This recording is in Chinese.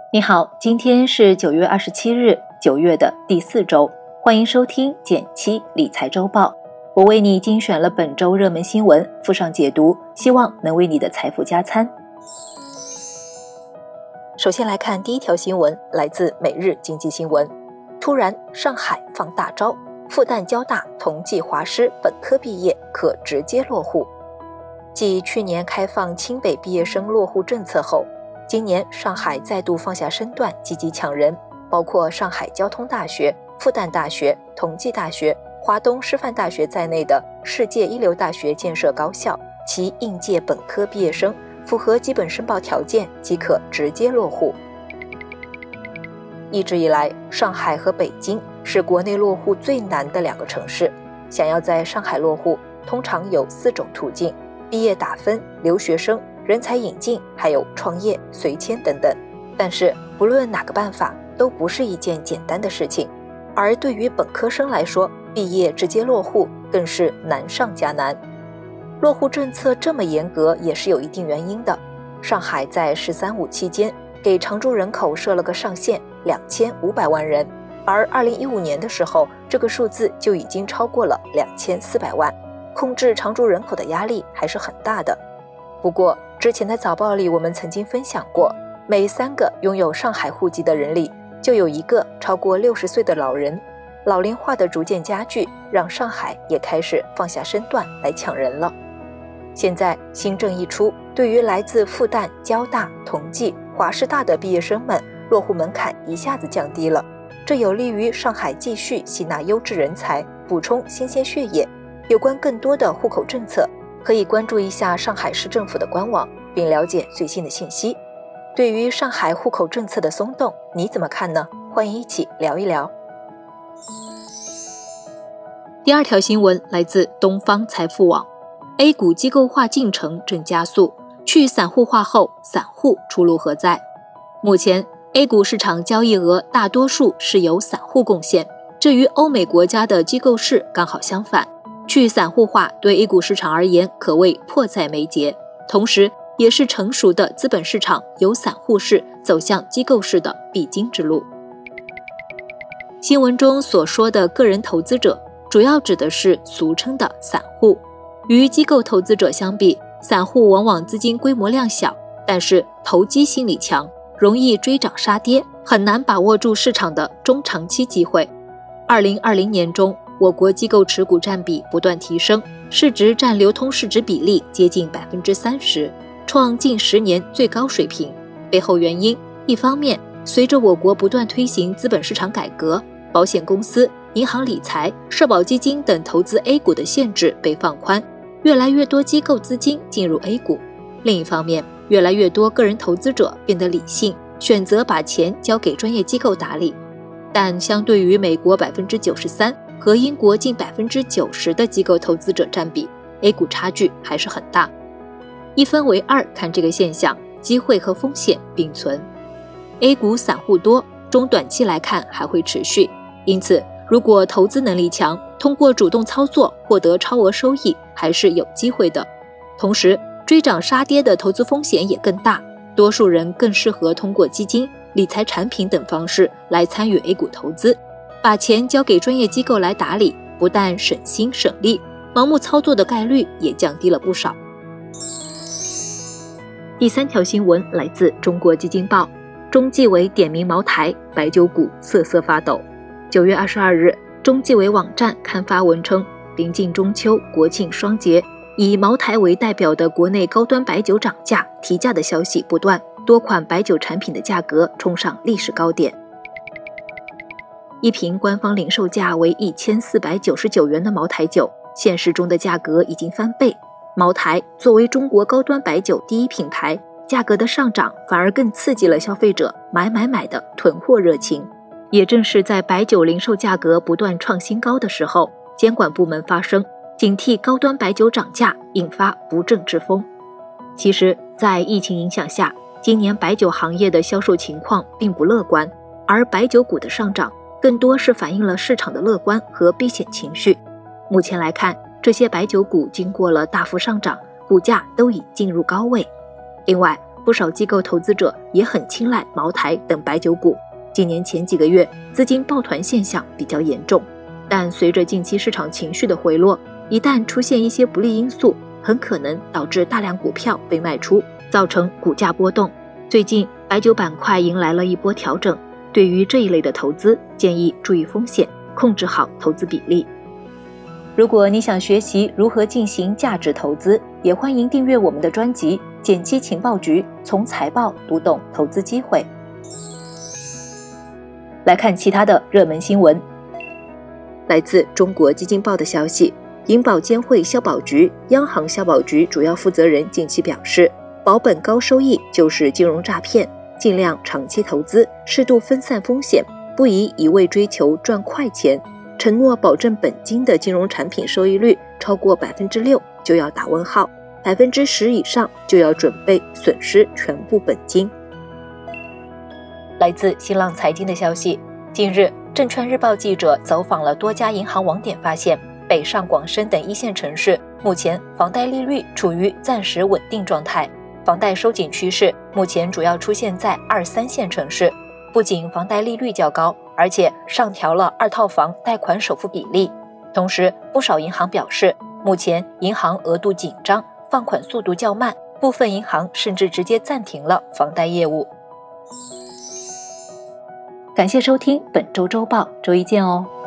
你好，今天是9月27日，9月的第4周，欢迎收听减七理财周报。我为你精选了本周热门新闻，附上解读，希望能为你的财富加餐。首先来看第一条新闻，来自每日经济新闻。突然，上海放大招，复旦交大同济华师本科毕业可直接落户。继去年开放清北毕业生落户政策后，今年上海再度放下身段，积极抢人，包括上海交通大学、复旦大学、同济大学、华东师范大学在内的世界一流大学建设高校，其应届本科毕业生符合基本申报条件即可直接落户。一直以来，上海和北京是国内落户最难的两个城市。想要在上海落户，通常有4种途径：毕业打分、留学生、人才引进，还有创业、随迁等等。但是不论哪个办法，都不是一件简单的事情。而对于本科生来说，毕业直接落户更是难上加难。落户政策这么严格也是有一定原因的。上海在“13+5”期间给常住人口设了个上限2500万人，而2015年的时候，这个数字就已经超过了2400万，控制常住人口的压力还是很大的。不过之前的早报里我们曾经分享过，每3个拥有上海户籍的人里就有1个超过60岁的老人。老龄化的逐渐加剧，让上海也开始放下身段来抢人了。现在新政一出，对于来自复旦、交大、同济、华师大的毕业生们，落户门槛一下子降低了，这有利于上海继续吸纳优质人才，补充新鲜血液。有关更多的户口政策，可以关注一下上海市政府的官网，并了解最新的信息。对于上海户口政策的松动，你怎么看呢？欢迎一起聊一聊。第二条新闻来自东方财富网。A 股机构化进程正加速，去散户化后，散户出路何在？目前 A 股市场交易额大多数是由散户贡献，这与欧美国家的机构市刚好相反。去散户化对 A 股市场而言可谓迫在眉睫，同时也是成熟的资本市场由散户市走向机构市的必经之路。新闻中所说的个人投资者，主要指的是俗称的散户。与机构投资者相比，散户往往资金规模量小，但是投机心理强，容易追涨杀跌，很难把握住市场的中长期机会。2020年中，我国机构持股占比不断提升，市值占流通市值比例接近30%，创近10年最高水平。背后原因，一方面，随着我国不断推行资本市场改革，保险公司、银行理财、社保基金等投资 A 股的限制被放宽，越来越多机构资金进入 A 股。另一方面，越来越多个人投资者变得理性，选择把钱交给专业机构打理。但相对于美国93%和英国近90%的机构投资者占比， A 股差距还是很大。一分为二看这个现象，机会和风险并存。A 股散户多，中短期来看还会持续，因此如果投资能力强，通过主动操作获得超额收益还是有机会的。同时，追涨杀跌的投资风险也更大，多数人更适合通过基金、理财产品等方式来参与 A 股投资。把钱交给专业机构来打理，不但省心省力，盲目操作的概率也降低了不少。第3条新闻来自中国基金报。中纪委点名茅台，白酒股瑟瑟发抖。9月22日，中纪委网站刊发文称，临近中秋、国庆双节，以茅台为代表的国内高端白酒涨价、提价的消息不断，多款白酒产品的价格冲上历史高点。一瓶官方零售价为1499元的茅台酒，现实中的价格已经翻倍。茅台作为中国高端白酒第一品牌，价格的上涨反而更刺激了消费者买的囤货热情。也正是在白酒零售价格不断创新高的时候，监管部门发声，警惕高端白酒涨价，引发不正之风。其实，在疫情影响下，今年白酒行业的销售情况并不乐观，而白酒股的上涨更多是反映了市场的乐观和避险情绪。目前来看，这些白酒股经过了大幅上涨，股价都已进入高位。另外， 不少机构投资者也很青睐茅台等白酒股。今年前几个月，资金抱团现象比较严重，但随着近期市场情绪的回落，一旦出现一些不利因素，很可能导致大量股票被卖出，造成股价波动。最近白酒板块迎来了一波调整，对于这一类的投资，建议注意风险，控制好投资比例。如果你想学习如何进行价值投资，也欢迎订阅我们的专辑减七情报局，从财报读懂投资机会。来看其他的热门新闻。来自中国基金报的消息，银保监会消保局、央行消保局主要负责人近期表示，保本高收益就是金融诈骗，尽量长期投资，适度分散风险，不宜一味追求赚快钱。承诺保证本金的金融产品收益率超过 6% 就要打问号，10%以上就要准备损失全部本金。来自新浪财经的消息，近日证券日报记者走访了多家银行网点，发现北上广深等一线城市目前房贷利率处于暂时稳定状态，房贷收紧趋势目前主要出现在2、3线城市。不仅房贷利率较高，而且上调了2套房贷款首付比例。同时，不少银行表示，目前银行额度紧张，放款速度较慢，部分银行甚至直接暂停了房贷业务。感谢收听本周周报，周一见哦。